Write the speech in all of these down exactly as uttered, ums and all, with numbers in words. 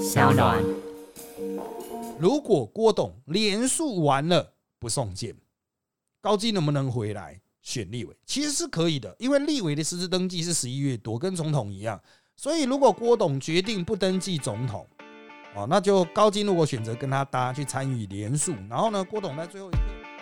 小暖。 如果郭董连署完了不送件，高金能不能回来选立委？其实是可以的，因为立委的实质登记是十一月多，跟总统一样。所以如果郭董决定不登记总统，哦，那就高金如果选择跟他搭去参与连署，然后呢，郭董在最后一刻。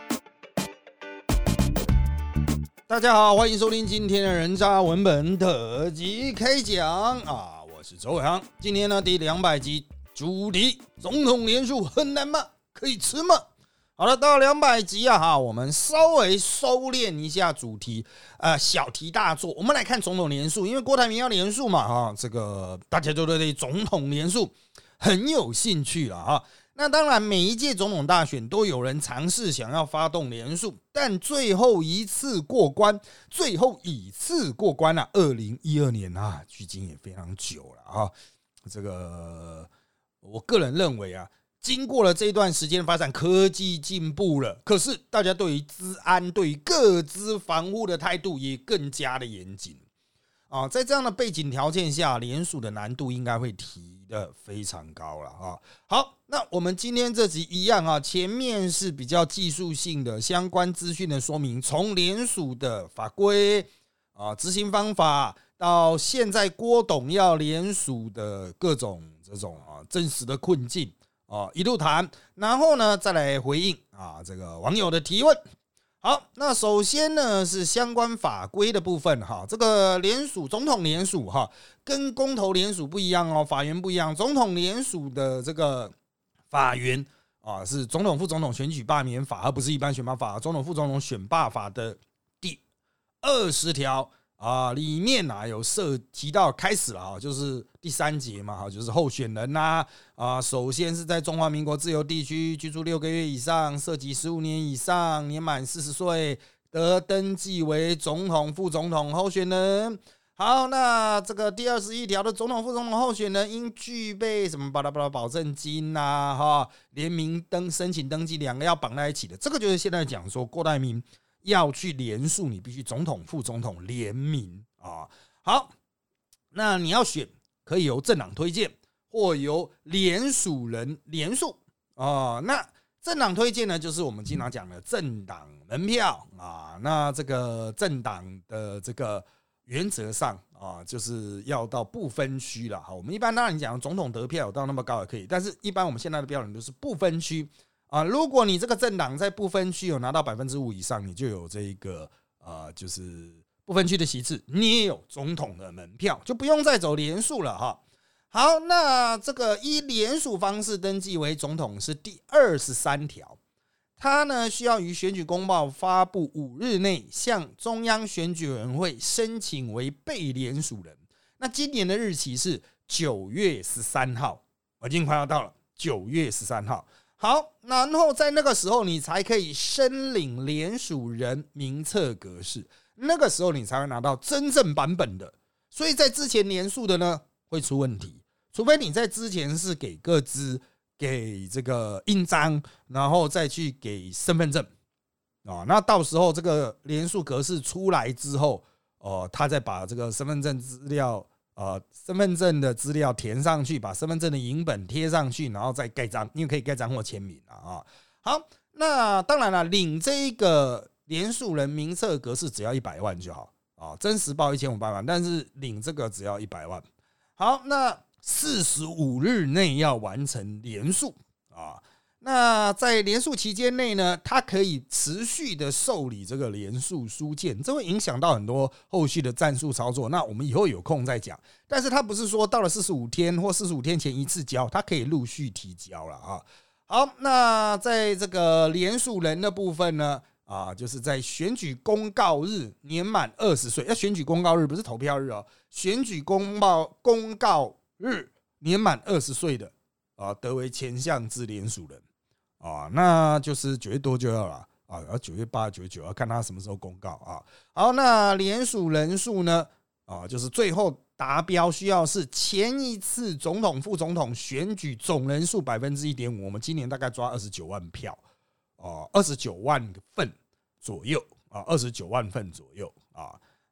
大家好，欢迎收听今天的人渣文本特辑 K 讲啊，我是周伟航。今天呢第两百集，主题总统连署很难吗？可以吃吗？好了，到两百集啊哈，我们稍微收敛一下主题，呃，小题大做。我们来看总统连署，因为郭台铭要连署嘛哈，这个大家都对总统连署很有兴趣了哈。那当然，每一届总统大选都有人尝试想要发动连署，但最后一次过关，最后一次过关了、啊，二零一二年啊，距今也非常久了啊。这个我个人认为啊。经过了这一段时间发展，科技进步了，可是大家对于资安、对于个资防护的态度也更加的严谨啊。在这样的背景条件下，联署的难度应该会提得非常高了啊。好，那我们今天这集一样啊，前面是比较技术性的相关资讯的说明，从联署的法规啊、执行方法，到现在郭董要联署的各种这种啊真实的困境。哦，一路谈，然后呢，再来回应啊这个网友的提问。好，那首先呢是相关法规的部分哈，这个联署总统联署哈，跟公投联署不一样哦，法源不一样。总统联署的这个法源啊是总统副总统选举罢免法，而不是一般选罢法。总统副总统选罢法的第二十条。啊，里面啊有涉及到开始了啊，就是第三节嘛，就是候选人呐啊，首先是在中华民国自由地区居住六个月以上，涉及十五年以上，年满四十岁，得登记为总统、副总统候选人。好，那这个第二十一条的总统、副总统候选人应具备什么巴拉巴拉保证金呐、啊，哈，联名登申请登记两个要绑在一起的，这个就是现在讲说郭台铭。要去连署，你必须总统、副总统联名啊。好，那你要选，可以由政党推荐，或由联署人连署啊。那政党推荐呢，就是我们经常讲的政党门票啊。那这个政党的这个原则上啊，就是要到不分区了。好，我们一般当然讲总统得票有到那么高也可以，但是一般我们现在的标准都是不分区。啊，如果你这个政党在不分区有拿到百分之五以上，你就有这一个呃，就是不分区的席次，你也有总统的门票，就不用再走连署了哈。好，那这个依连署方式登记为总统是第二十三条，他呢需要于选举公报发布五日内向中央选举委员会申请为被连署人。那今年的日期是九月十三号，我已经快要到了九月十三号。好，然后在那个时候你才可以申领连署人名册格式，那个时候你才会拿到真正版本的。所以在之前连署的呢会出问题，除非你在之前是给个资、给这个印章，然后再去给身份证啊。那到时候这个连署格式出来之后，哦，他再把这个身份证资料。呃，身份证的资料填上去，把身份证的影本贴上去，然后再盖章，因为可以盖章或签名啊。好，那当然了，领这个连署人名册格式只要一百万就好啊，真实报一千五百万，但是领这个只要一百万。好，那四十五日内要完成连署啊。那在连署期间内呢，它可以持续的受理这个连署书件，这会影响到很多后续的战术操作。那我们以后有空再讲。但是它不是说到了四十五天或四十五天前一次交，它可以陆续提交了啊。好，那在这个连署人的部分呢，啊，就是在选举公告日年满二十岁，要选举公告日不是投票日哦，选举公报公告日年满二十岁的啊，得为前项之连署人。啊，那就是九月多就要了啊，然后九月八、九月九要看他什么时候公告啊。好，那连署人数呢？啊，就是最后达标需要是前一次总统、副总统选举总人数百分之一点五，我们今年大概抓二十九万票，哦、啊，二十九万份左右啊，二十九万份左右啊。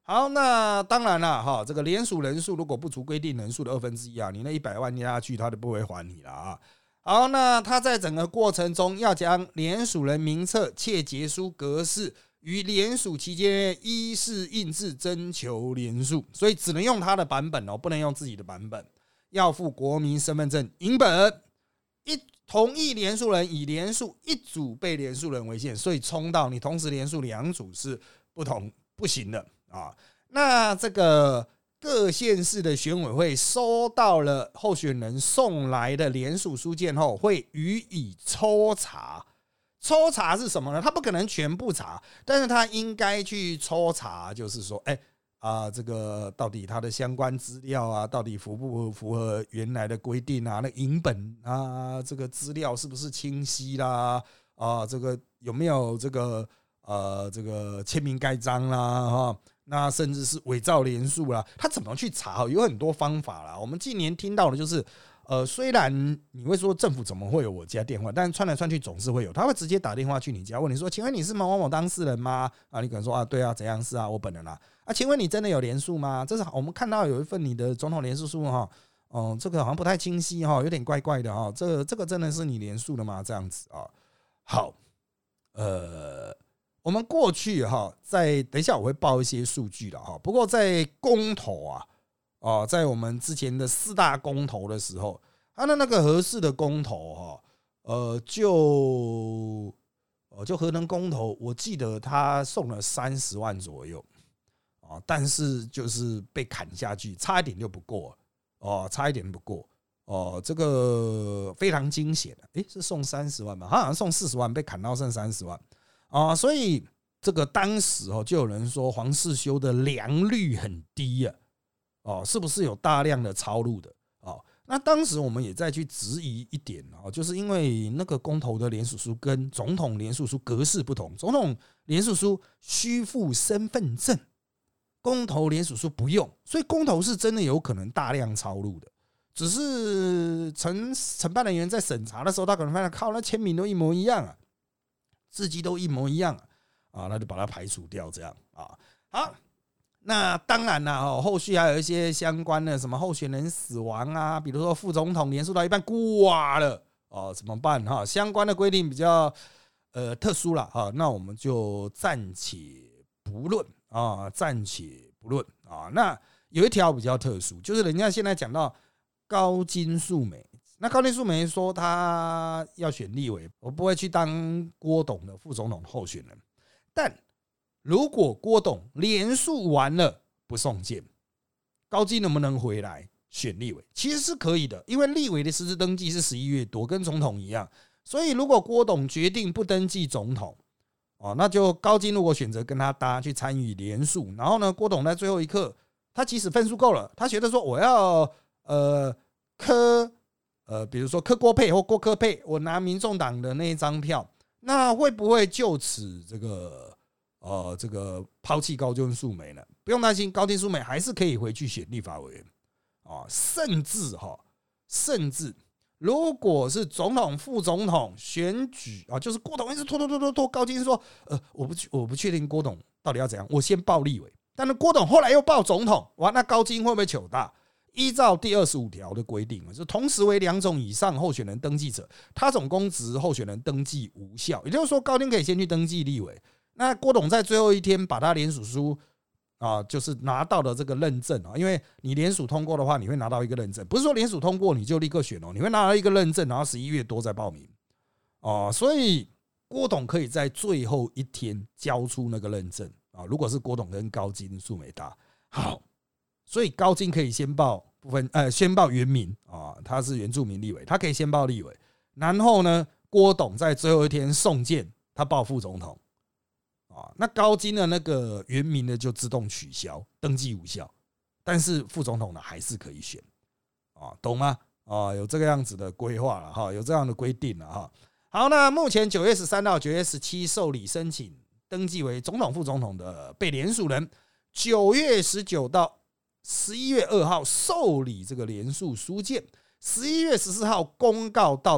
好，那当然了哈，这个联署人数如果不足规定人数的二分之一啊，你那一百万压下去，他就不会还你了啊。好，那他在整个过程中要将联署人名册、切结书格式于联署期间依式印制征求联署，所以只能用他的版本哦，不能用自己的版本。要附国民身份证影本。一同意联署人以联署一组被联署人为限，所以冲到你同时联署两组是不同不行的啊。那这个各县市的选委会收到了候选人送来的联署书件后，会予以抽查。抽查是什么呢？他不可能全部查，但是他应该去抽查，就是说，哎、欸。啊，这个到底它的相关资料啊，到底符不符合原来的规定啊？那影本啊，这个资料是不是清晰啦？啊，这个有没有这个呃这个签名盖章啦？哈，那甚至是伪造联署啦，他怎么去查？有很多方法啦。我们近年听到的就是。呃，虽然你会说政府怎么会有我家电话，但是串来串去总是会有，他会直接打电话去你家问你说，请问你是某某某当事人吗？啊，你可能说啊，对啊，怎样是啊，我本人啊。啊，请问你真的有联署吗？这是我们看到有一份你的总统联署书哈，哦、呃，这个好像不太清晰哈，有点怪怪的哈，这个、这个真的是你联署的吗？这样子啊，好，呃，我们过去哈，在等一下我会报一些数据的哈，不过在公投啊。哦，在我们之前的四大公投的时候，他的那个核四的公投哈，呃，就呃就核能公投，我记得他送了三十万左右啊，但是就是被砍下去，差一点就不过哦，差一点不过哦，这个非常惊险。诶，是送三十万吧？他好像送四十万，被砍到剩三十万啊，所以这个当时哦，就有人说黄世修的良率很低啊。哦，是不是有大量的抄录的？哦，那当时我们也在去质疑一点哦，就是因为那个公投的联署书跟总统联署书格式不同，总统联署书需附身份证，公投联署书不用，所以公投是真的有可能大量抄录的。只是承承办人员在审查的时候，他可能发现靠，那签名都一模一样啊，字迹都一模一样啊，啊，那就把它排除掉，这样啊，好。那当然啦，后续还有一些相关的什么候选人死亡啊，比如说副总统连署到一半挂了哦，怎么办哈？相关的规定比较呃特殊了哈，那我们就暂且不论啊，暂且不论啊。那有一条比较特殊，就是人家现在讲到高金素梅，那高金素梅说她要选立委，我不会去当郭董的副总统候选人，但。如果郭董连署完了不送件，高金能不能回来选立委？其实是可以的，因为立委的实质登记是十一月多，跟总统一样。所以如果郭董决定不登记总统，哦，那就高金如果选择跟他搭去参与连署，然后呢，郭董在最后一刻，他即使分数够了，他觉得说我要呃柯呃，比如说柯郭配或郭柯配，我拿民众党的那一张票，那会不会就此这个？呃，这个抛弃高金素梅呢？不用担心，高金素梅还是可以回去选立法委员啊，甚至哈，甚至如果是总统、副总统选举啊，就是郭董一直拖拖拖拖拖，高金说，呃，我不我不确定郭董到底要怎样，我先报立委，但是郭董后来又报总统，哇，那高金会不会糗大？依照第二十五条的规定，就同时为两种以上候选人登记者，他总公职候选人登记无效，也就是说，高金可以先去登记立委。那郭董在最后一天把他联署书啊，就是拿到了这个认证啊，因为你联署通过的话，你会拿到一个认证，不是说联署通过你就立刻选哦，你会拿到一个认证，然后十一月多再报名哦，所以郭董可以在最后一天交出那个认证啊。如果是郭董跟高金素梅搭好，所以高金可以先报部分呃先报原民啊，他是原住民立委，他可以先报立委，然后呢，郭董在最后一天送件，他报副总统。那高金的那个原民的就自动取消，登记无效，但是副总统呢还是可以选啊，懂吗？啊，有这个样子的规划了哈，有这样的规定了哈。好，那目前九月十三到九月十七受理申请登记为总统、副总统的被联署人，九月十九到十一月二号受理这个联署书件，十一月十四号公告到底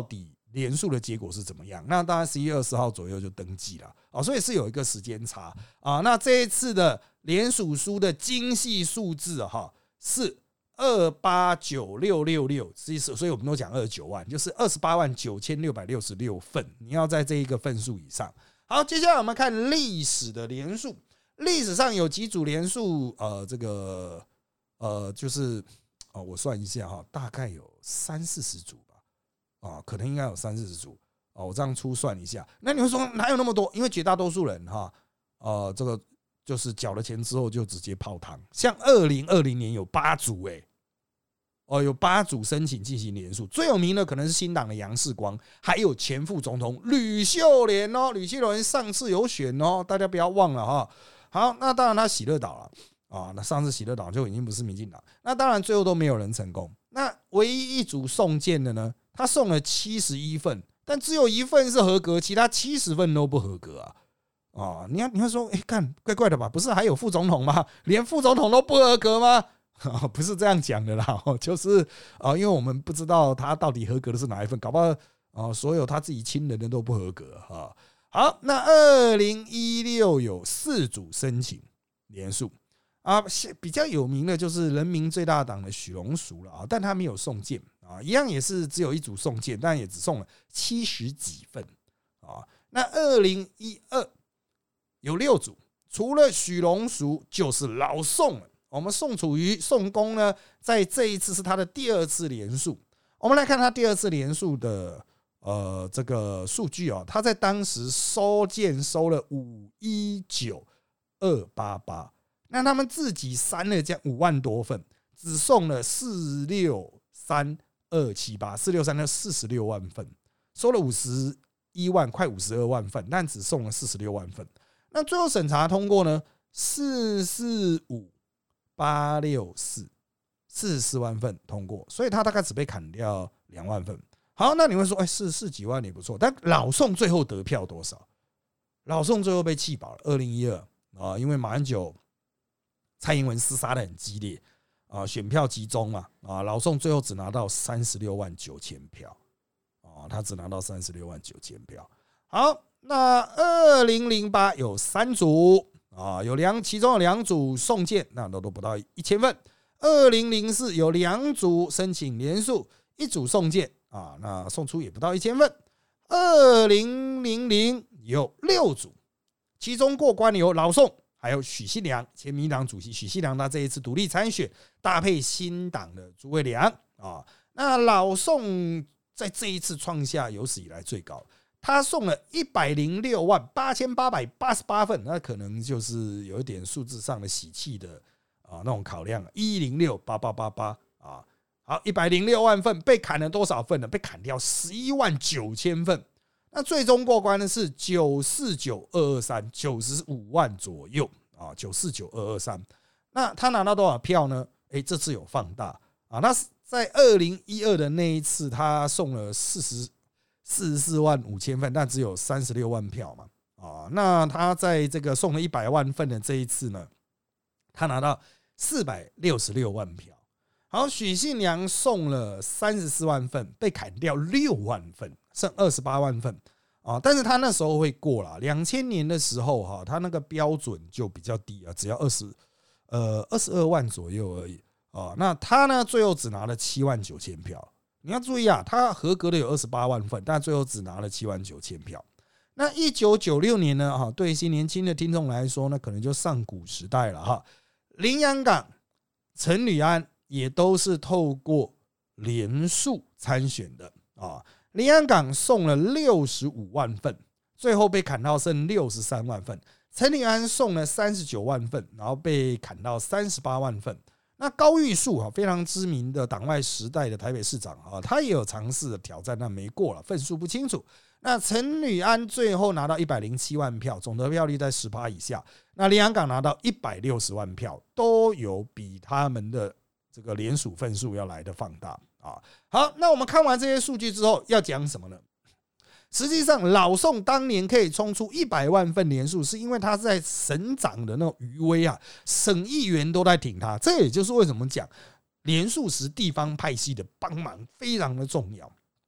连署的结果是怎么样。那当然十一月二十号左右就登记了啊，所以是有一个时间差啊。那这一次的连署书的精细数字哈是二八九六六六，所以我们都讲二十九万，就是二十八万九千六百六十六份，你要在这一个份数以上。好，接下来我们看历史的连署，历史上有几组连署，呃，这个呃就是哦，我算一下哈，大概有三四十组。啊，可能应该有三四十组哦，我这样粗算一下。那你会说哪有那么多？因为绝大多数人哈，呃，这个就是缴了钱之后就直接泡汤。像二零二零年有八组哎，哦，有八组申请进行连署，最有名的可能是新党的杨世光，还有前副总统吕秀莲哦，吕秀莲上次有选哦，大家不要忘了哈。好，那当然他喜乐岛了啊，那上次喜乐岛就已经不是民进党，那当然最后都没有人成功。那唯一一组送件的呢？他送了七十一份，但只有一份是合格，其他七十份都不合格啊！啊，你看，你会说，哎、欸，看怪怪的吧？不是还有副总统吗？连副总统都不合格吗？啊、不是这样讲的啦，就是啊，因为我们不知道他到底合格的是哪一份，搞不好啊，所有他自己亲人的都不合格啊。好，那二零一六有四组申请连署啊，比较有名的就是人民最大党的许荣淑了啊，但他没有送件。啊，一样也是只有一组送件，但也只送了七十几份啊。那二零一二有六组，除了许荣淑就是老宋了。我们宋楚瑜宋公呢，在这一次是他的第二次连署。我们来看他第二次连署的呃这个数据啊，他在当时收件收了五一九二八八，那他们自己删了这样五万多份，只送了四六三。二七八四六三的四十六万份，收了五十一万，快五十二万份，但只送了四十六万份。那最后审查通过呢？四四五八六四，四十四万份通过，所以他大概只被砍掉两万份。好，那你会说，哎，四十几万也不错，但老宋最后得票多少？老宋最后被气饱了，二零一二啊，因为马英九、蔡英文厮杀的很激烈。啊，选票集中嘛，啊，老宋最后只拿到三十六万九千票，啊，他只拿到三十六万九千票。好，那二零零八有三组啊，有两，其中有两组送件，那都都不到一千份。二零零四有两组申请连署，一组送件啊，那送出也不到一千份。二零零零有六组，其中过关的有老宋。还有许信良，前民党主席许信良，他这一次独立参选，搭配新党的朱维良啊。那老宋在这一次创下有史以来最高，他送了一百零六万八千八百八十八份，那可能就是有一点数字上的喜气的啊那种考量，一零六八八八八啊。好，一百零六万份被砍了多少份呢？被砍掉十一万九千份。那最终过关的是九四九二二三，九十五万左右啊，九四九二二三。那他拿到多少票呢？哎，这次有放大啊。那在二零一二的那一次，他送了四十四十四万五千份，但只有三十六万票嘛啊。那他在这个送了一百万份的这一次呢，他拿到四百六十六万票。好，许信良送了三十四万份，被砍掉六万份，剩二十八万份啊。但是他那时候会过啦，两千年的时候哈，他那个标准就比较低啊，只要二十呃二十二万左右而已啊。那他呢，最后只拿了七万九千票。你要注意啊，他合格的有二十八万份，但最后只拿了七万九千票。那一九九六年呢，哈，对一些年轻的听众来说呢，可能就上古时代了哈。林洋港、陈履安。也都是透过连署参选的啊。林洋港送了六十五万份，最后被砍到剩六十三万份。陈履安送了三十九万份，然后被砍到三十八万份。那高玉树啊，非常知名的党外时代的台北市长啊，他也有尝试挑战，但没过了，份数不清楚。那陈履安最后拿到一百零七万票，总得票率在 百分之十 以下。那林洋港拿到一百六十万票，都有比他们的这个连署份数要来的放大啊。好，那我们看完这些数据之后，要讲什么呢？实际上，老宋当年可以冲出一百万份连署，是因为他在省长的那种余威啊，省议员都在挺他。这也就是为什么讲连署时地方派系的帮忙非常的重要。但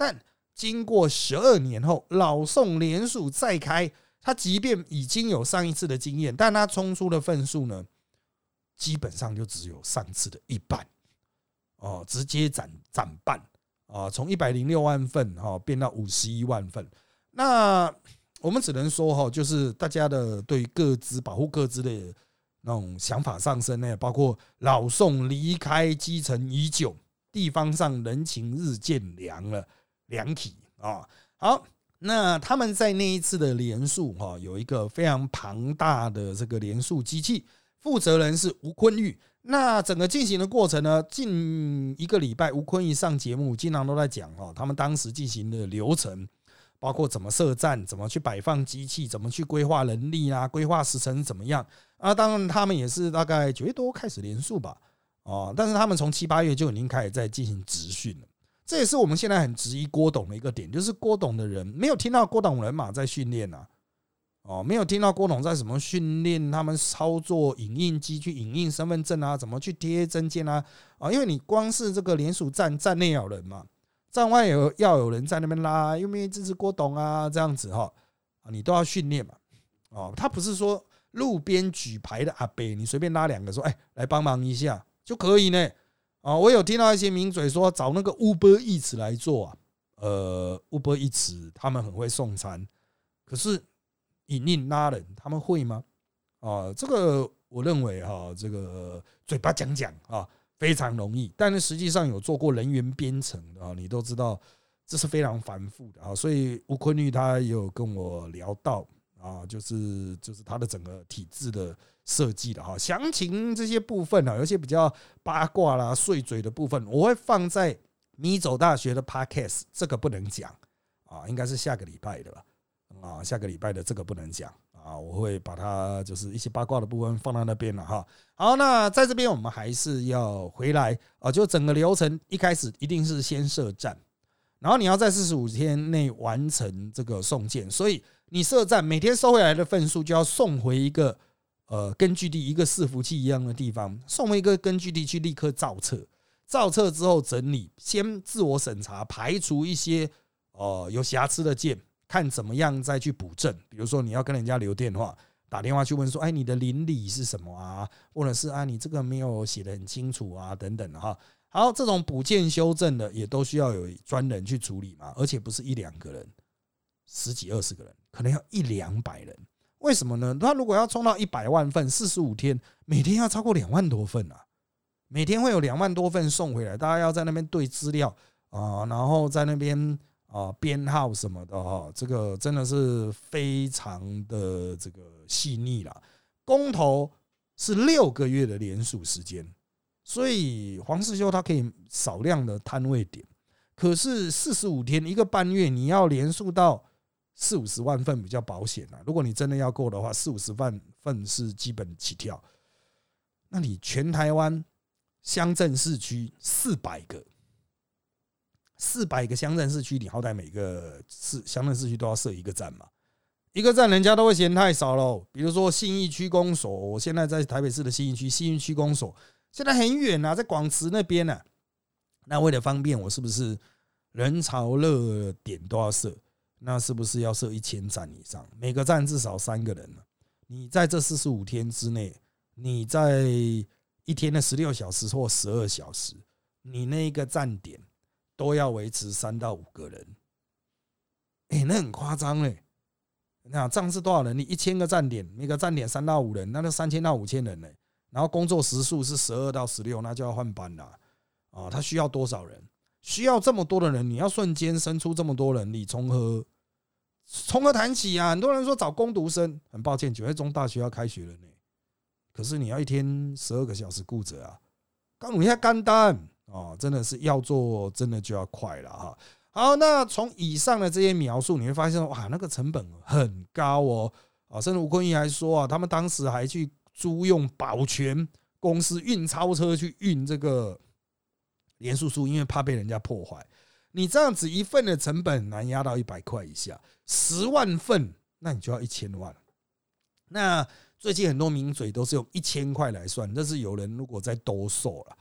经过十二年后，老宋联署再开，他即便已经有上一次的经验，但他冲出的份数呢，基本上就只有上次的一半，哦，直接斩斩半啊，从一百零六万份哈变到五十一万份。那我们只能说哈，就是大家的对个资保护个资的那种想法上升呢，包括老宋离开基层已久，地方上人情日渐凉了，凉起啊。好，那他们在那一次的联署哈，有一个非常庞大的这个联署机器，负责人是吴坤玉。那整个进行的过程呢，近一个礼拜，吴坤玉上节目经常都在讲哈，他们当时进行的流程。包括怎么设站，怎么去摆放机器，怎么去规划人力啊，规划时程怎么样啊？当然，他们也是大概九月多开始联署吧，哦，但是他们从七八月就已经开始在进行质询了。这也是我们现在很质疑郭董的一个点，就是郭董的人没有听到郭董人马在训练啊，哦，没有听到郭董在什么训练他们操作影印机去影印身份证啊，怎么去贴证件啊，啊，因为你光是这个联署站站内有人嘛。站外有要有人在那边拉，有没有支持郭董啊？这样子哈，你都要训练嘛。哦，他不是说路边举牌的阿伯，你随便拉两个说，哎，来帮忙一下就可以呢。啊，我有听到一些名嘴说找那个 Uber Eats 来做啊，呃 ，Uber Eats 他们很会送餐，可是影印拉人他们会吗？啊，这个我认为哈，这个嘴巴讲讲啊。非常容易，但是实际上有做过人员编程的啊，你都知道这是非常繁复的啊。所以吴坤玉他有跟我聊到啊，就是就是他的整个体制的设计的哈，详情这些部分啊，有些比较八卦啦、碎嘴的部分，我会放在米走大学的 podcast， 这个不能讲啊，应该是下个礼拜的吧啊，下个礼拜的这个不能讲。啊，我会把它就是一些八卦的部分放到那边了哈。好，那在这边我们还是要回来啊，就整个流程一开始一定是先设站，然后你要在四十五天内完成这个送件，所以你设站每天收回来的份数就要送回一个呃根据地，一个伺服器一样的地方，送回一个根据地去立刻造册，造册之后整理，先自我审查，排除一些呃有瑕疵的件。看怎么样再去补正，比如说你要跟人家留电话，打电话去问说，哎，你的邻里是什么啊？或者是啊，你这个没有写得很清楚啊，等等的哈。好，这种补件修正的也都需要有专人去处理嘛，而且不是一两个人，十几二十个人，可能要一两百人。为什么呢？他如果要冲到一百万份，四十五天，每天要超过两万多份啊，每天会有两万多份送回来，大家要在那边对资料啊，然后在那边。啊，编号什么的哈，这个真的是非常的这个细腻啦。公投是六个月的联署时间，所以黄世修他可以少量的摊位点，可是四十五天一个半月，你要连署到四五十万份比较保险啊。如果你真的要够的话，四五十万份是基本起跳。那你全台湾乡镇市区四百个。四百个乡镇市区，你好歹每个市乡镇市区都要设一个站嘛，一个站人家都会嫌太少了。比如说信义区公所，我现在在台北市的信义区，信义区公所现在很远啊，在广慈那边呢、啊。那为了方便，我是不是人潮热点都要设？那是不是要设一千站以上？每个站至少三个人、啊、你在这四十五天之内，你在一天的十六小时或十二小时，你那个站点。都要维持三到五个人，哎、欸，那很夸张哎！那这样是多少人？你一千个站点，每个站点三到五人，那就三千到五千人呢。然后工作时数是十二到十六，那就要换班了啊！他需要多少人？需要这么多的人，你要瞬间生出这么多人力，从何从何谈起啊？很多人说找工读生，很抱歉，九月中大学要开学了呢。可是你要一天十二个小时顾着啊，刚你下干单。哦，真的是要做，真的就要快了哈。好，那从以上的这些描述，你会发现哇，那个成本很高哦。啊，甚至吴坤玉还说啊，他们当时还去租用保全公司运钞车去运这个联署书，因为怕被人家破坏。你这样子一份的成本难压到一百块以下，十万份，那你就要一千万。那最近很多名嘴都是用一千块来算，这是有人如果在兜售了。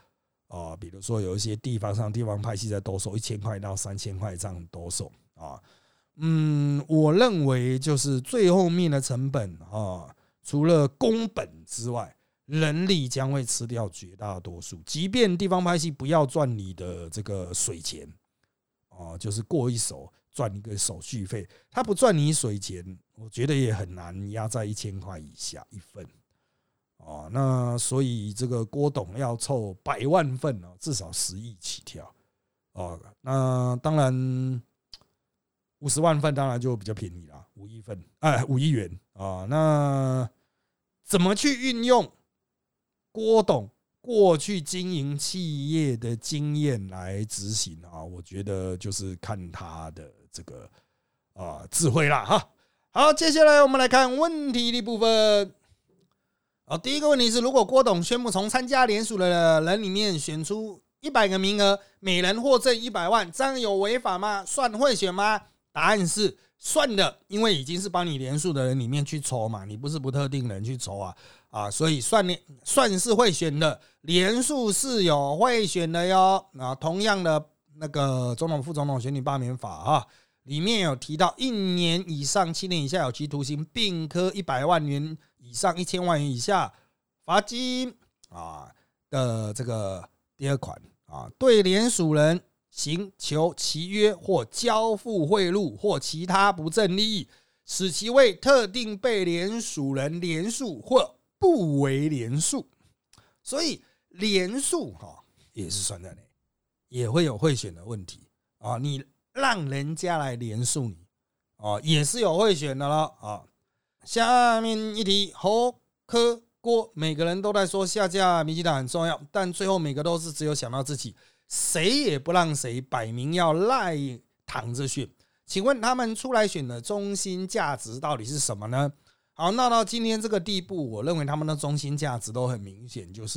啊，比如说有一些地方上地方派系在兜售一千块到三千块这样兜售啊。嗯，我认为就是最后面的成本啊，除了工本之外，人力将会吃掉绝大多数。即便地方派系不要赚你的这个水钱啊，就是过一手赚一个手续费，他不赚你水钱，我觉得也很难压在一千块以下一份。哦，那所以这个郭董要凑百万份哦，至少十亿起跳哦。那当然五十万份当然就比较便宜啦，五亿份，哎，五亿元啊。那怎么去运用郭董过去经营企业的经验来执行啊？我觉得就是看他的这个啊智慧啦哈。好，接下来我们来看问题的部分。好，第一个问题是，如果郭董宣布从参加联署的人里面选出一百个名额，每人获赠一百万，这样有违法吗？算贿选吗？答案是算的，因为已经是帮你联署的人里面去抽嘛，你不是不特定人去抽啊啊，所以算算是贿选的，联署是有贿选的哟啊。同样的那个总统副总统选举罢免法啊，里面有提到一年以上七年以下有期徒刑，并科一百万元以上一千万元以下罚金啊的这个第二款啊，对联署人行求契约或交付贿赂或其他不正利益，使其为特定被联署人联署或不为联署，所以联署哈也是算在内，也会有贿选的问题啊。你让人家来联署你啊，也是有贿选的了啊。下面一题，侯柯郭每个人都在说下架民进党很重要，但最后每个都是只有想到自己，谁也不让谁，摆明要赖躺着选。请问他们出来选的中心价值到底是什么呢？好，闹到今天这个地步，我认为他们的中心价值都很明显，就是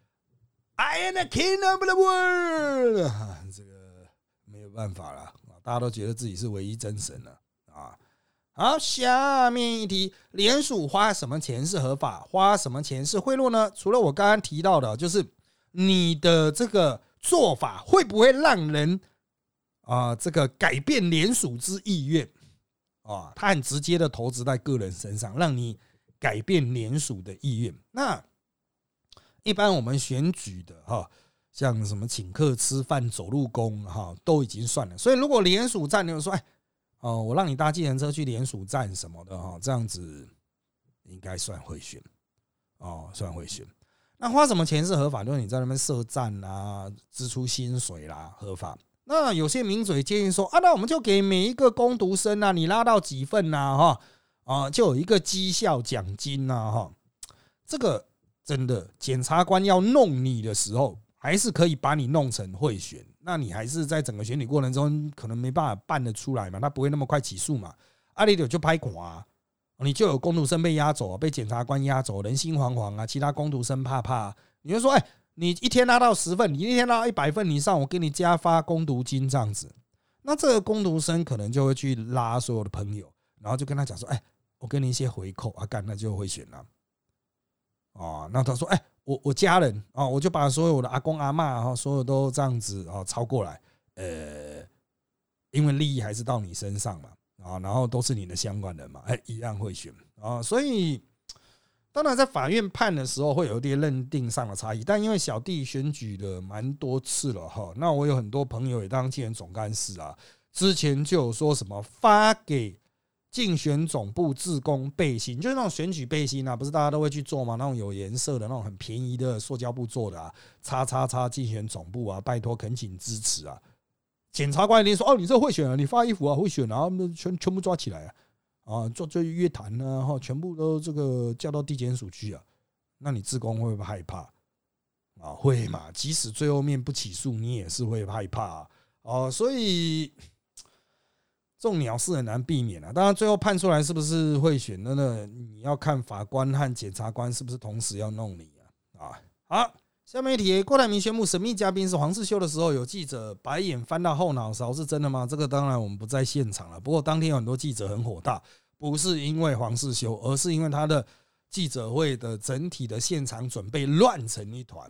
I am the king of the world， 这个没有办法了，大家都觉得自己是唯一真神了啊。好，下面一题，联署花什么钱是合法，花什么钱是贿赂呢？除了我刚刚提到的，就是你的这个做法会不会让人啊、呃、这个改变联署之意愿啊？他很直接的投资在个人身上，让你改变联署的意愿。那一般我们选举的哈，像什么请客吃饭、走路工哈，都已经算了。所以如果联署站，你就说哎。哦，我让你搭计程车去联署站什么的哈，这样子应该算贿选哦，算贿选。那花什么钱是合法？就是你在那边设站啦、支出薪水啦，合法。那有些名嘴建议说啊，那我们就给每一个工读生啊，你拉到几份呐哈啊，就有一个绩效奖金呐哈。这个真的，检察官要弄你的时候，还是可以把你弄成贿选。那你还是在整个选举过程中可能没办法办得出来嘛，他不会那么快起诉嘛。啊，你就拍垮、啊，你就有工读生被押走，被检察官押走，人心惶惶啊，其他工读生怕怕、啊。你就说，哎，你一天拉到十份，你一天拉到一百份以上，我给你加发工读金这样子。那这个工读生可能就会去拉所有的朋友，然后就跟他讲说，哎，我给你一些回扣啊，干那就会选了。哦，那他说，哎。我我家人啊，我就把所有的阿公阿嬷啊，所有都这样子啊抄过来，呃，因为利益还是到你身上嘛，啊，然后都是你的相关人嘛，哎，一样会选啊，所以当然在法院判的时候会有一点认定上的差异，但因为小弟选举了蛮多次了哈，那我有很多朋友也当竞选总干事啊，之前就有说什么发给。竞选总部志工背心，就是那种选举背心啊，不是大家都会去做吗？那种有颜色的、那种很便宜的塑胶布做的啊，叉叉叉竞选总部啊，拜托恳请支持啊！检察官一定说：“哦，你这会选啊，你发衣服啊，会选啊，全全部抓起来啊，啊，做做约谈啊，哈，全部都这个叫到地检署去啊。”那你志工会不会害怕啊？会嘛？即使最后面不起诉，你也是会害怕啊！哦，所以。这种鸟事很难避免啊！当然，最后判出来是不是会选，那那你要看法官和检察官是不是同时要弄你啊？啊，好，下面一题，郭台铭宣布神秘嘉宾是黄世修的时候，有记者白眼翻到后脑勺，是真的吗？这个当然我们不在现场了，不过当天有很多记者很火大，不是因为黄世修，而是因为他的记者会的整体的现场准备乱成一团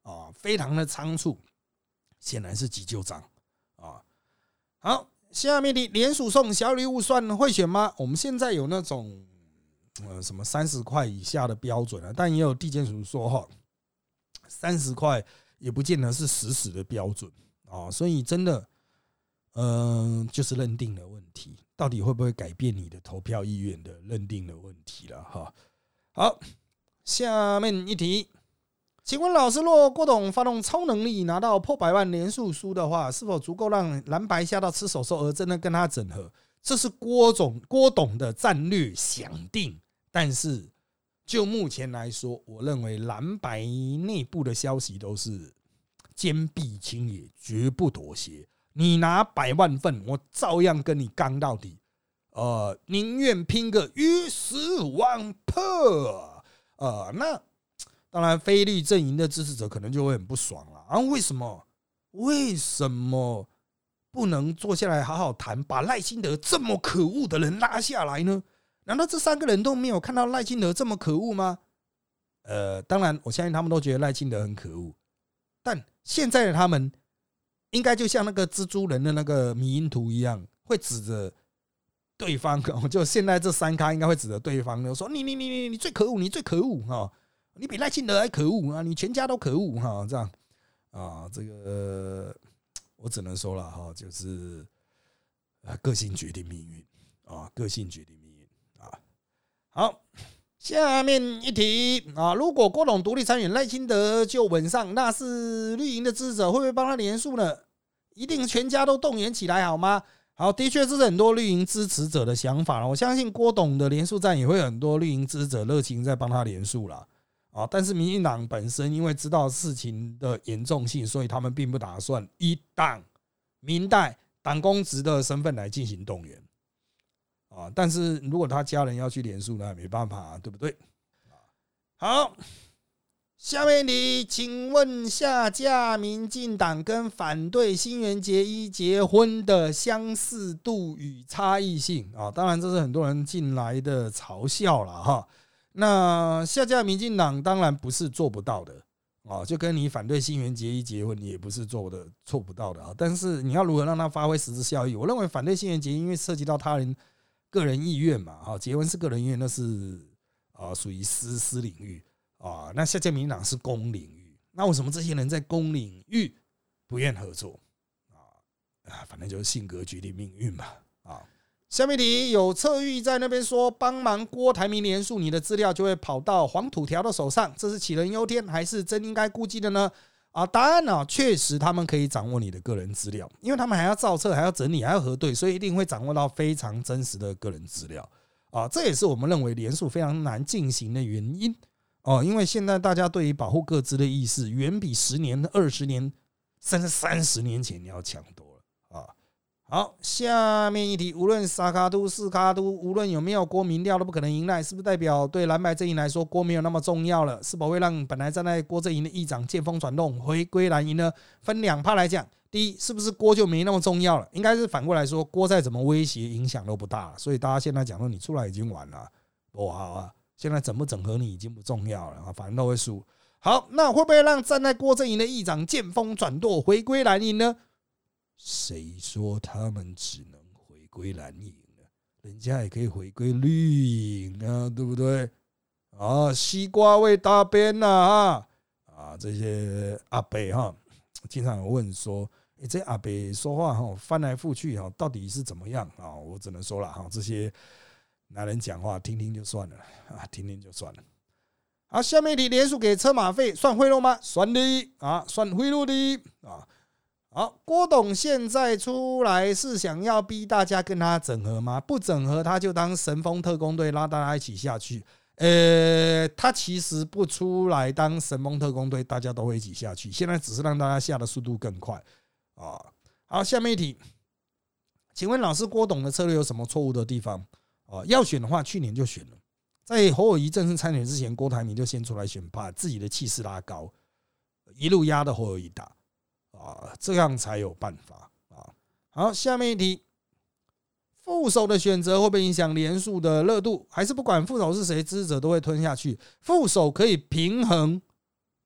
啊，非常的仓促，显然是急救章啊。好，下面的联署送小礼物算贿选吗？我们现在有那种呃什么三十块以下的标准啊，但也有地检署说哈，三十块也不见得是死死的标准啊，所以真的，嗯、呃，就是认定的问题，到底会不会改变你的投票意愿的认定的问题了哈。好，下面一题。请问老师，若郭董发动超能力拿到破百万连署书的话，是否足够让蓝白吓到吃手手而真的跟他整合？这是郭总郭董的战略想定，但是就目前来说，我认为蓝白内部的消息都是坚壁清野，绝不妥协。你拿百万份，我照样跟你刚到底。呃，宁愿拼个鱼死网破。呃，那。当然，非绿阵营的支持者可能就会很不爽了啊！为什么？为什么不能坐下来好好谈，把赖清德这么可恶的人拉下来呢？难道这三个人都没有看到赖清德这么可恶吗？呃，当然，我相信他们都觉得赖清德很可恶，但现在的他们应该就像那个蜘蛛人的那个迷因图一样，会指着对方，就现在这三咖应该会指着对方，就说你你你你你最可恶，你最可恶哈！你比赖清德还可恶啊！你全家都可恶哈！这样啊，这个我只能说了哈，就是个性决定命运啊，个性决定命运啊。好，下面一题啊，如果郭董独立参选，赖清德就稳上，那是绿营的支持者会不会帮他连署呢？一定全家都动员起来好吗？好，的确这是很多绿营支持者的想法。我相信郭董的连署战也会有很多绿营支持者热情在帮他连署啦。啊，但是民进党本身因为知道事情的严重性，所以他们并不打算以党民代党公职的身份来进行动员啊。但是如果他家人要去连署，那也没办法啊，对不对？好，下面你请问下架民进党跟反对新垣结衣结婚的相似度与差异性啊？当然这是很多人进来的嘲笑了哈。那下架民进党当然不是做不到的啊，就跟你反对新垣结衣结婚也不是做的做不到的啊。但是你要如何让它发挥实质效益？我认为反对新垣结衣因为涉及到他人个人意愿嘛，啊，结婚是个人意愿，那是啊属于私私领域啊。那下架民进党是公领域，那为什么这些人在公领域不愿合作啊？反正就是性格决定命运嘛啊。下面题有侧翼在那边说帮忙郭台铭连署，你的资料就会跑到黄土条的手上，这是杞人忧天还是真应该顾忌的呢？啊，答案呢、啊，确实他们可以掌握你的个人资料，因为他们还要造册，还要整理，还要核对，所以一定会掌握到非常真实的个人资料啊。这也是我们认为连署非常难进行的原因哦，因为现在大家对于保护个资的意识远比十年、二十年甚至三十年前要强多了啊。好，下面一题，无论三卡都四卡都，无论有没有郭民调都不可能赢赖，是不是代表对蓝白阵营来说郭没有那么重要了？是否会让本来站在郭阵营的议长见风转动，回归蓝营呢？分两趴来讲，第一，是不是郭就没那么重要了？应该是反过来说，郭再怎么威胁影响都不大了，所以大家现在讲说你出来已经晚了，不好啊，现在整不整合你已经不重要了，反正都会输。好，那会不会让站在郭阵营的议长见风转舵，回归蓝营呢？谁说他们只能回归蓝营呢？人家也可以回归绿营啊，对不对？啊，西瓜味大边呐啊！啊，这些阿伯哈，经常有问说，欸、这阿伯说话哈，翻来覆去哈，到底是怎么样啊？我只能说了哈，这些男人讲话听听就算了啊，听听就算了。好，下面一题，连署给车马费算贿赂吗？算的啊，算贿赂的啊。好，郭董现在出来是想要逼大家跟他整合吗？不整合他就当神风特工队拉大家一起下去。呃，他其实不出来当神风特工队，大家都会一起下去。现在只是让大家下的速度更快啊。好，下面一题，请问老师，郭董的策略有什么错误的地方？啊，要选的话，去年就选了。在侯友宜正式参选之前，郭台铭就先出来选，把自己的气势拉高，一路压着侯友宜打。啊，这样才有办法啊！好，下面一题，副手的选择会不会影响连署的热度？还是不管副手是谁，支持者都会吞下去？副手可以平衡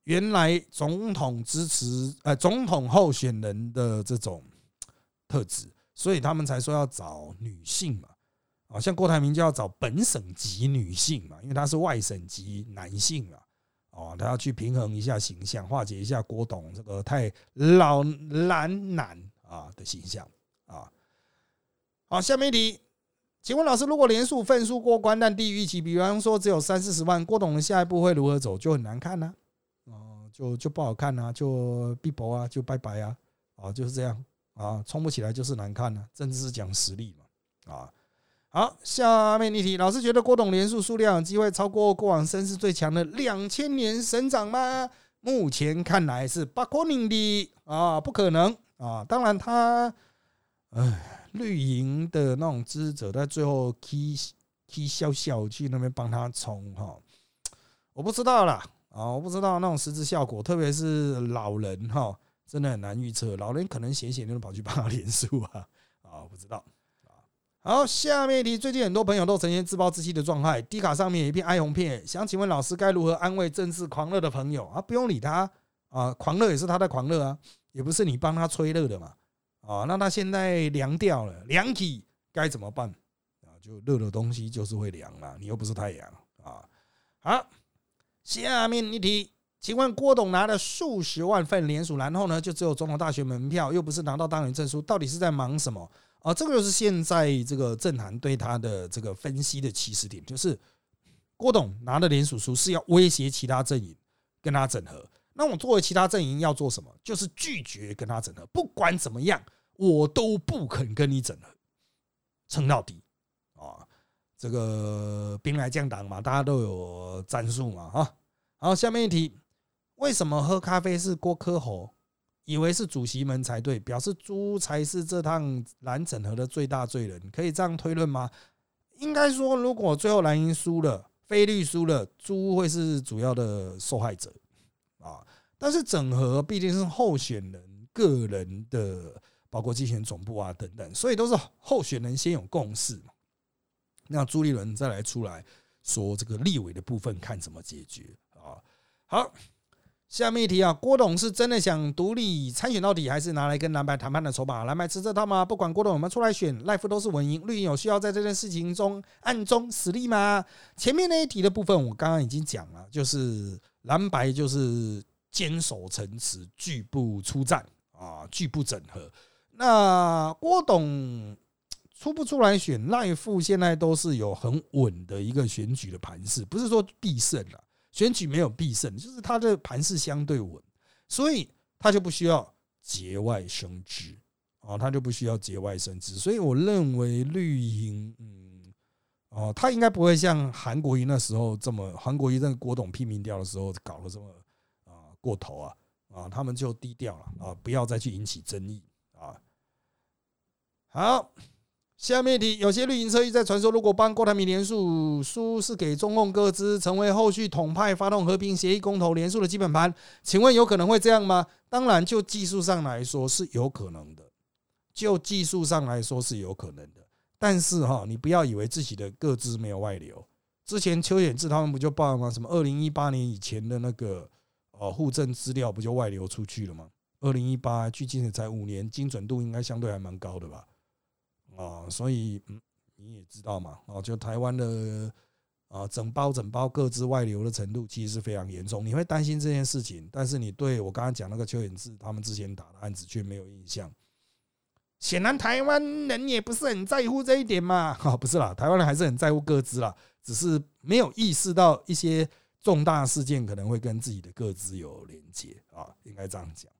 原来总统支持呃总统候选人的这种特质，所以他们才说要找女性嘛。啊，像郭台铭就要找本省籍女性嘛，因为他是外省籍男性嘛。哦，他要去平衡一下形象，化解一下郭董这个太老蓝男啊的形象啊。好，下面一题，请问老师，如果连署份数过关，但低于预期，比方说只有三四十万，郭董的下一步会如何走？就很难看啊，哦，就就不好看啊，就闭博啊，就拜拜啊，啊，就是这样啊，冲不起来就是难看啊，政治是讲实力嘛，啊。好，下面一题，老师觉得郭董连署数量有机会超过过往声势最强的两千年省长吗？目前看来是不可能的啊，不可能啊。当然他，哎，绿营的那种支持者在最后 key key 笑笑去那边帮他冲哈，我不知道啦啊，我不知道那种实质效果，特别是老人哈，真的很难预测。老人可能闲闲就跑去帮他连署啊，啊，我不知道。好，下面一题，最近很多朋友都呈现自暴自弃的状态， D 卡上面有一片哀鸿遍野，想请问老师该如何安慰政治狂热的朋友啊？不用理他啊，狂热也是他在狂热啊，也不是你帮他吹热的嘛啊。那他现在凉掉了，凉体该怎么办啊？就热的东西就是会凉嘛，你又不是太阳啊。好，下面一题，请问郭董拿了数十万份联署，然后呢，就只有总统大学门票，又不是拿到当选证书，到底是在忙什么？啊，这个就是现在这个政坛对他的这个分析的起始点，就是郭董拿的联署书是要威胁其他阵营跟他整合。那我作为其他阵营要做什么？就是拒绝跟他整合，不管怎么样，我都不肯跟你整合，撑到底啊！这个兵来将挡嘛，大家都有战术嘛，哈。好，下面一题，为什么喝咖啡是郭柯侯？以为是主席们才对，表示朱才是这趟蓝整合的最大罪人，可以这样推论吗？应该说，如果最后蓝营输了，非绿输了，朱会是主要的受害者啊。但是整合毕竟是候选人个人的，包括竞选总部啊等等，所以都是候选人先有共识嘛。那朱立伦再来出来说这个立委的部分看怎么解决啊。好。下面一题啊，郭董是真的想独立参选到底，还是拿来跟蓝白谈判的筹码？蓝白吃这套吗？不管郭董有没有出来选，赖副都是稳赢。绿营有需要在这件事情中暗中死力吗？前面那一题的部分我刚刚已经讲了，就是蓝白就是坚守城池，拒不出战啊，拒不整合。那郭董出不出来选，赖副现在都是有很稳的一个选举的盘势，不是说必胜了。选举没有必胜，就是他的盘势相对稳，所以他就不需要节外生枝啊，他就不需要节外生枝。所以我认为绿营，嗯，哦，他应该不会像韩国瑜那时候这么，韩国瑜那个郭董批民调的时候搞得这么啊过头啊啊，他们就低调了啊，不要再去引起争议啊。好。下面一题，有些绿营侧翼在传说，如果帮郭台铭连署，书是给中共各资，成为后续统派发动和平协议公投连署的基本盘，请问有可能会这样吗？当然，就技术上来说是有可能的，就技术上来说是有可能的。但是哈，你不要以为自己的个资没有外流。之前邱显智他们不就报了吗？什么二零一八年以前的那个呃户政资料不就外流出去了吗？二零一八距今才五年，精准度应该相对还蛮高的吧？啊，所以嗯，你也知道嘛，啊，就台湾的啊整包整包各自外流的程度其实是非常严重，你会担心这件事情，但是你对我刚刚讲那个邱显智他们之前打的案子却没有印象，显然台湾人也不是很在乎这一点嘛，啊，不是啦，台湾人还是很在乎各自啦，只是没有意识到一些重大事件可能会跟自己的各自有连结啊，应该这样讲。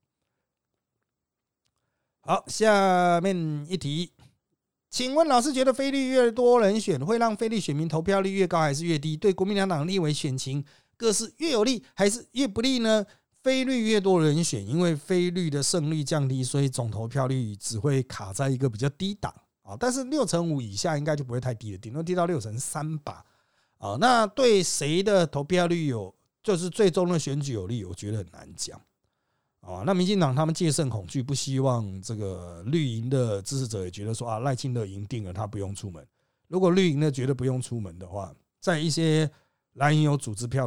好，下面一题。请问老师觉得非绿越多人选会让非绿选民投票率越高还是越低？对国民两党立委选情各是越有利还是越不利呢？非绿越多人选，因为非绿的胜率降低，所以总投票率只会卡在一个比较低档啊，但是六成五以下应该就不会太低了，顶多低到六成三吧。啊，那对谁的投票率有，就是最终的选举有利，我觉得很难讲。啊，那民进党他们戒慎恐惧，不希望这个绿营的支持者也觉得说啊，赖清德赢定了，他不用出门。如果绿营的觉得不用出门的话，在一些蓝营有组织票的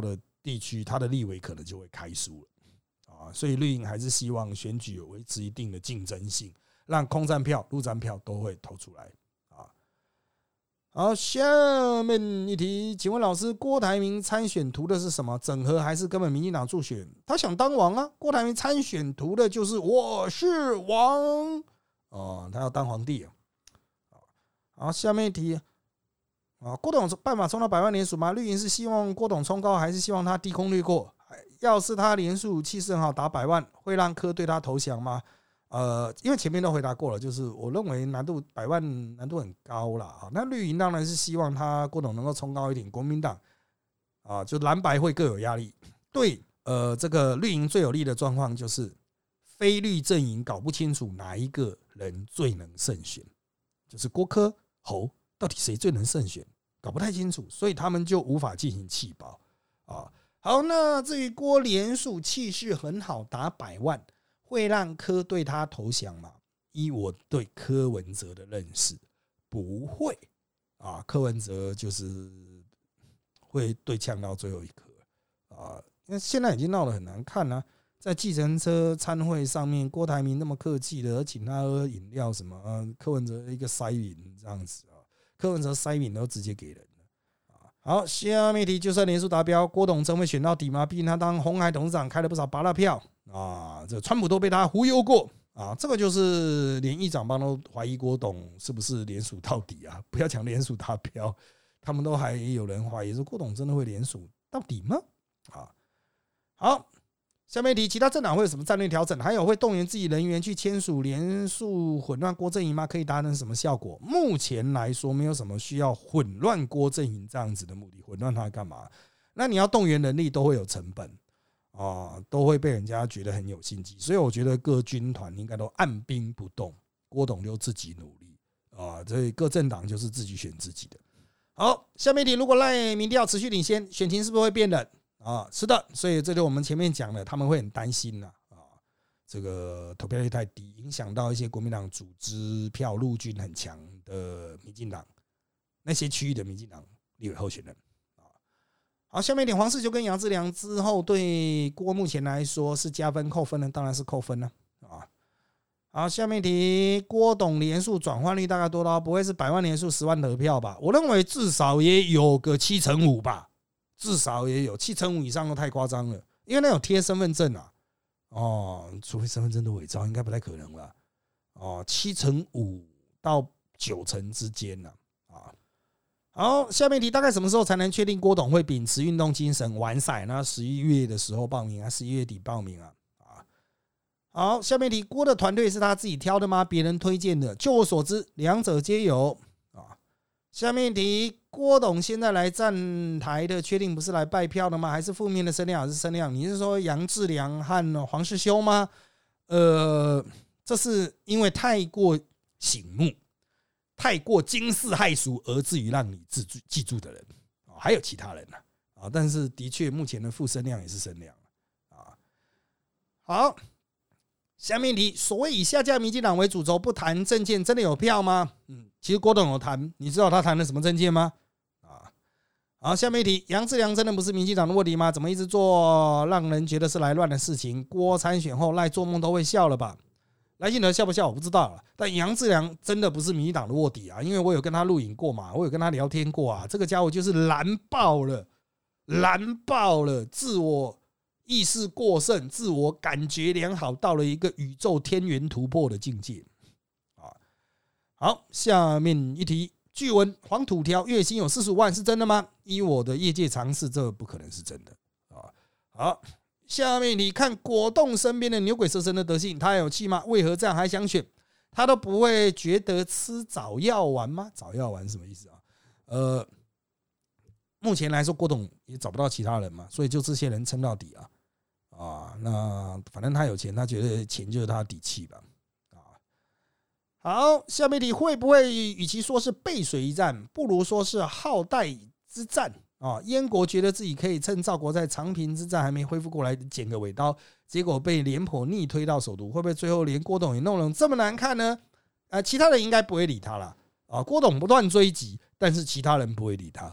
地区，他的立委可能就会开输了啊。所以绿营还是希望选举有维持一定的竞争性，让空战票、陆战票都会投出来啊。好，下面一题，请问老师，郭台铭参选图的是什么？整合还是根本民进党助选？他想当王啊！郭台铭参选图的就是我是王哦，他要当皇帝啊。好，下面一题。啊，郭董办法冲到百万连署吗？绿营是希望郭董冲高，还是希望他低空掠过？要是他连署气势很好，打百万，会让柯对他投降吗？呃，因为前面都回答过了，就是我认为难度百万难度很高啦。啊，那绿营当然是希望他郭董能够冲高一点，国民党啊，就蓝白会各有压力。对，呃，这个绿营最有利的状况就是非绿阵营搞不清楚哪一个人最能胜选，就是郭柯侯。到底谁最能胜选，搞不太清楚，所以他们就无法进行弃保啊。好，那至于郭连署气势很好，打百万，会让柯对他投降吗？依我对柯文哲的认识，不会啊。柯文哲就是会对呛到最后一刻啊。因为现在已经闹得很难看了、啊，在计程车参会上面，郭台铭那么客气的，请他喝饮料什么，啊、柯文哲一个塞饼这样子啊。柯文哲塞饼都直接给人了。好，下面一题，就算连署达标，郭董真会选到底吗？毕竟他当鸿海董事长开了不少芭乐票啊，这川普都被他忽悠过啊。这个就是连议长帮都怀疑郭董是不是连署到底啊？不要讲连署达标，他们都还有人怀疑说郭董真的会连署到底吗？啊，好。下面一题，其他政党会有什么战略调整？还有会动员自己人员去签署连署混乱郭阵营吗？可以达成什么效果？目前来说，没有什么需要混乱郭阵营这样子的目的。混乱它干嘛？那你要动员人力都会有成本啊，都会被人家觉得很有心机。所以我觉得各军团应该都按兵不动，郭董就自己努力啊。所以各政党就是自己选自己的。好，下面一题，如果赖民调持续领先，选情是不是会变冷？啊，是的，所以这就我们前面讲的，他们会很担心呐、啊，啊，这个投票率太低，影响到一些国民党组织票陆军很强的民进党那些区域的民进党立委候选人啊。好，下面一点，黄世修跟杨志良之后对郭目前来说是加分扣分呢？当然是扣分了啊。好，下面一题，郭董连署转换率大概多高？不会是百万连署十万得票吧？我认为至少也有个七成五吧。至少也有七成五以上都太夸张了，因为那有贴身份证啊，哦，除非身份证的伪造，应该不太可能吧？哦，七成五到九成之间呢、啊，啊，好，下面一题，大概什么时候才能确定郭董会秉持运动精神完赛？那十一月的时候报名啊，十一月底报名啊，啊，好，下面一题，郭的团队是他自己挑的吗？别人推荐的？就我所知，两者皆有啊。下面一题，郭董现在来站台的，确定不是来拜票的吗？还是负面的声量还是声量？你是说杨志良和黄世修吗？呃，这是因为太过醒目、太过惊世骇俗，而至于让你记住的人，还有其他人呢啊。但是的确，目前的负声量也是声量啊。好。下面一题，所谓以下架民进党为主轴不谈政见，真的有票吗？嗯，其实郭董有谈，你知道他谈了什么政见吗？啊，好，下面一题，杨志良真的不是民进党的卧底吗？怎么一直做让人觉得是来乱的事情？郭参选后赖做梦都会笑了吧？赖清德笑不笑我不知道了，但杨志良真的不是民进党的卧底啊，因为我有跟他录影过嘛，我有跟他聊天过啊，这个家伙就是蓝爆了，蓝爆了，自我意识过剩，自我感觉良好，到了一个宇宙天元突破的境界啊！好，下面一题，据闻黄土条月薪有四十五万，是真的吗？依我的业界常识，这不可能是真的啊！好，下面你看果冻身边的牛鬼蛇神的德性，他有气吗？为何这样还想选？他都不会觉得吃早药丸吗？早药丸什么意思啊？呃，目前来说，郭董也找不到其他人嘛，所以就这些人撑到底啊！啊，那反正他有钱，他觉得钱就是他的底气吧。啊，好，下面一题，会不会与其说是背水一战，不如说是浩代之战啊？燕国觉得自己可以趁赵国在长平之战还没恢复过来捡个尾刀，结果被廉颇逆推到首都，会不会最后连郭董也弄成这么难看呢？啊，其他人应该不会理他了啊。郭董不断追击，但是其他人不会理他。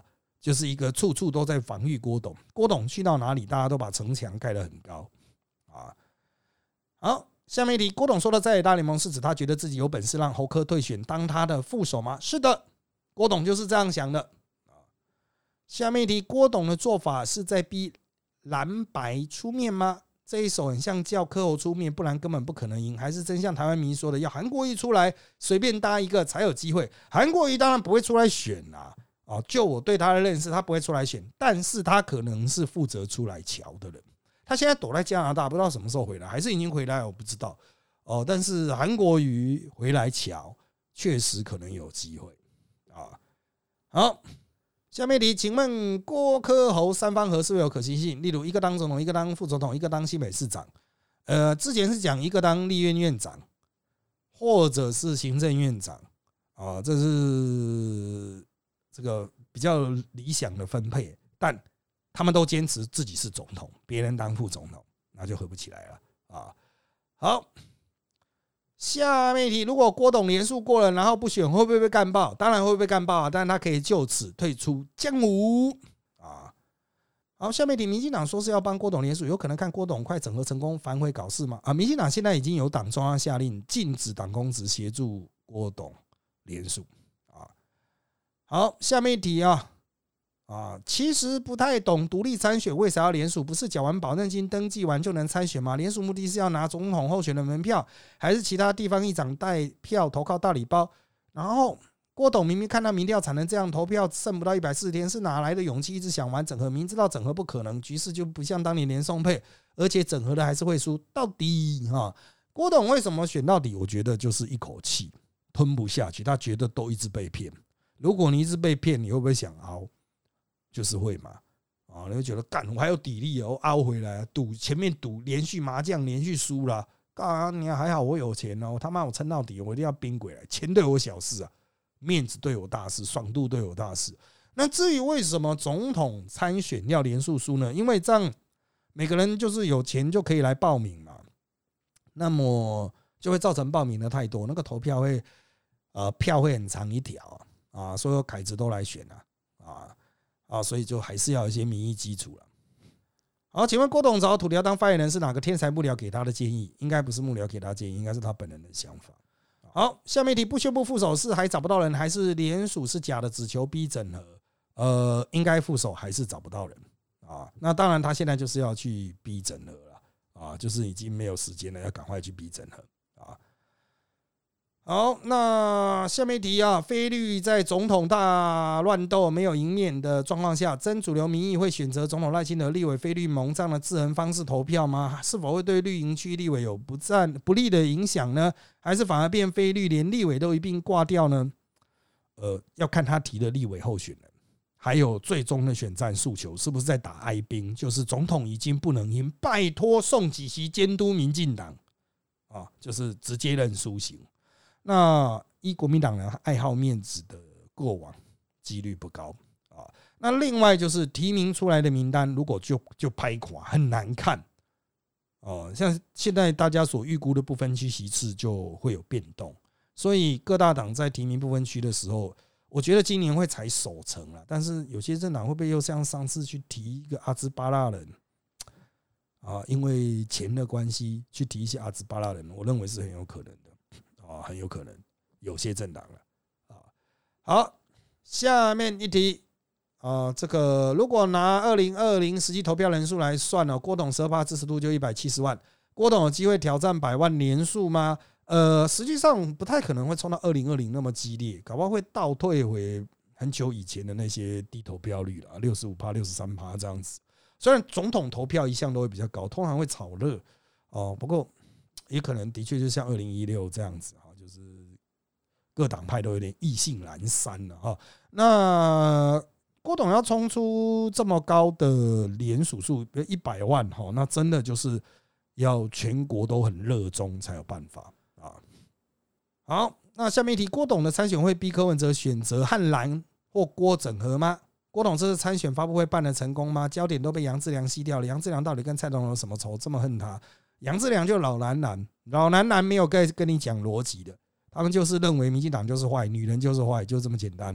就是一个处处都在防御郭董。郭董去到哪里，大家都把城墙盖得很高啊。好，下面一题，郭董说的在野大联盟是指他觉得自己有本事让侯柯退选当他的副手吗？是的，郭董就是这样想的。下面一题，郭董的做法是在逼蓝白出面吗？这一手很像叫柯侯出面，不然根本不可能赢，还是真像台湾民说的，要韩国瑜出来随便搭一个才有机会？韩国瑜当然不会出来选啦、啊，就我对他的认识，他不会出来选，但是他可能是负责出来瞧的人。他现在躲在加拿大，不知道什么时候回来，还是已经回来，我不知道哦。但是韩国瑜回来瞧，确实可能有机会啊。好。下面题，请问郭柯侯三方合是否有可行性？例如一个当总统，一个当副总统，一个当新北市长。呃，之前是讲一个当立院院长，或者是行政院长啊，这是这个比较理想的分配。但他们都坚持自己是总统，别人当副总统，那就合不起来了啊。好。下面一题，如果郭董连署过了，然后不选，会不会被干爆？当然会被干爆啊！但是他可以就此退出江湖啊。好，下面一题，民进党说是要帮郭董连署，有可能看郭董快整合成功，反悔搞事吗？啊，民进党现在已经有党中央下令禁止党公职协助郭董连署啊。好，下面一题啊。啊，其实不太懂独立参选为啥要联署？不是缴完保证金登记完就能参选吗？联署目的是要拿总统候选的门票，还是其他地方议长带票投靠大礼包？然后郭董明明看到民调产能这样，投票剩不到一百四十天，是哪来的勇气一直想玩整合？明知道整合不可能，局势就不像当年连宋配，而且整合的还是会输。到底哈，郭董为什么选到底？我觉得就是一口气吞不下去，他觉得都一直被骗。如果你一直被骗，你会不会想熬？就是会嘛，啊，你会觉得干，我还有底力哦，凹回来，赌前面赌连续麻将连续输了，干你还好我有钱哦，他妈我撑到底，我一定要拼回来，钱对我小事啊，面子对我大事，爽度对我大事。那至于为什么总统参选要连署输呢？因为这样每个人就是有钱就可以来报名嘛，那么就会造成报名的太多，那个投票会呃票会很长一条啊，所有凯子都来选啊啊。啊，所以就还是要有一些民意基础了。好，请问郭董找土条当发言人是哪个天才幕僚给他的建议？应该不是幕僚给他建议，应该是他本人的想法。好，下面一题，不宣布副手是还找不到人，还是联署是假的，只求逼整合？呃，应该副手还是找不到人啊。那当然，他现在就是要去逼整合了啊，就是已经没有时间了，要赶快去逼整合啊。好，那下面一题啊，非绿在总统大乱斗没有赢面的状况下，真主流民意会选择总统赖清德、立委非绿盟这样的制衡方式投票吗？是否会对绿营区立委有不占不利的影响呢？还是反而变非绿，连立委都一并挂掉呢？呃，要看他提的立委候选人，还有最终的选战诉求是不是在打哀兵，就是总统已经不能赢，拜托宋几席监督民进党啊，就是直接认输型。那依国民党人爱好面子的过往，几率不高啊。那另外就是提名出来的名单，如果就就拍垮，很难看哦。像现在大家所预估的不分区席次就会有变动，所以各大党在提名不分区的时候，我觉得今年会采守成了。但是有些政党会不会又像上次去提一个阿兹巴拉人啊？因为钱的关系去提一些阿兹巴拉人，我认为是很有可能的。啊，很有可能有些政党了啊。好，下面一题啊，这个如果拿二零二零实际投票人数来算呢，郭董十二趴支持度就一百七十万，郭董有机会挑战百万连数吗？呃，实际上不太可能会冲到二零二零那么激烈，搞不好会倒退回很久以前的那些低投票率了，六十五趴、六十三趴这样子。虽然总统投票一向都会比较高，通常会炒热哦，不过。也可能的确就像二零一六这样子哈，就是各党派都有点意兴阑珊了哈。那郭董要冲出这么高的连署数，比如一百万哈，那真的就是要全国都很热衷才有办法啊。好，那下面一题，郭董的参选会逼柯文哲选择和蓝或郭整合吗？郭董这次参选发布会办得成功吗？焦点都被杨志良吸掉了，杨志良到底跟蔡总统有什么仇，这么恨他？杨志良就老男男，老男男没有跟跟你讲逻辑的，他们就是认为民进党就是坏，女人就是坏，就这么简单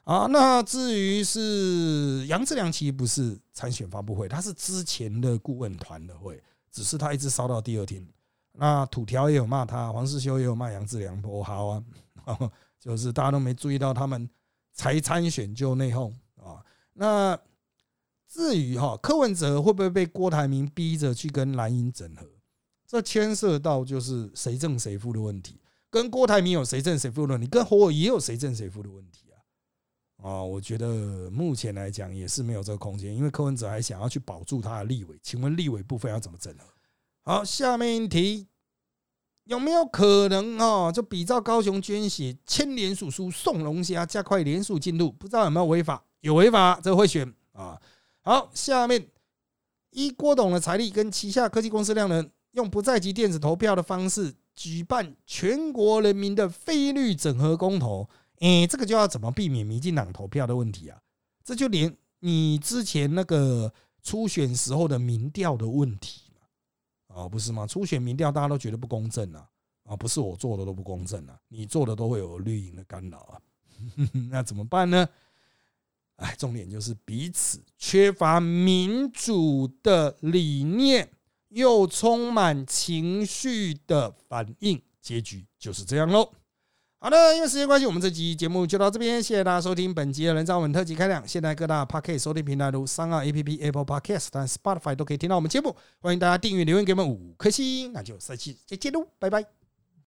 啊，那至于是杨志良，其实不是参选发布会，他是之前的顾问团的会，只是他一直烧到第二天。那土条也有骂他，黄世修也有骂杨志良不好啊，就是大家都没注意到他们才参选就内讧啊。那至于哈柯文哲会不会被郭台铭逼着去跟蓝营整合，这牵涉到就是谁正谁负的问题，跟郭台铭有谁正谁负的问题，跟侯友宜也有谁正谁负的问题。啊，我觉得目前来讲也是没有这个空间，因为柯文哲还想要去保住他的立委，请问立委部分要怎么整合？好，下面一题，有没有可能哦？就比照高雄捐血签联署书送龙虾，加快联署进度，不知道有没有违法？有违法，这会选啊。好，下面依郭董的财力跟旗下科技公司量能，用不在籍电子投票的方式举办全国人民的非绿整合公投。哎，这个就要怎么避免民进党投票的问题啊？这就连你之前那个初选时候的民调的问题嘛，啊，不是吗？初选民调大家都觉得不公正啊，啊，不是我做的都不公正啊，你做的都会有绿营的干扰啊，那怎么办呢？哎，重点就是彼此缺乏民主的理念，又充满情绪的反应，结局就是这样喽。好的，因为时间关系，我们这集节目就到这边，谢谢大家收听本集的人造文特辑开讲。现在各大 Podcast 收听平台如三二 A P P、Apple Podcast 和 Spotify 都可以听到我们节目，欢迎大家订阅、留言给我们五颗星，那就下期再见喽，拜拜。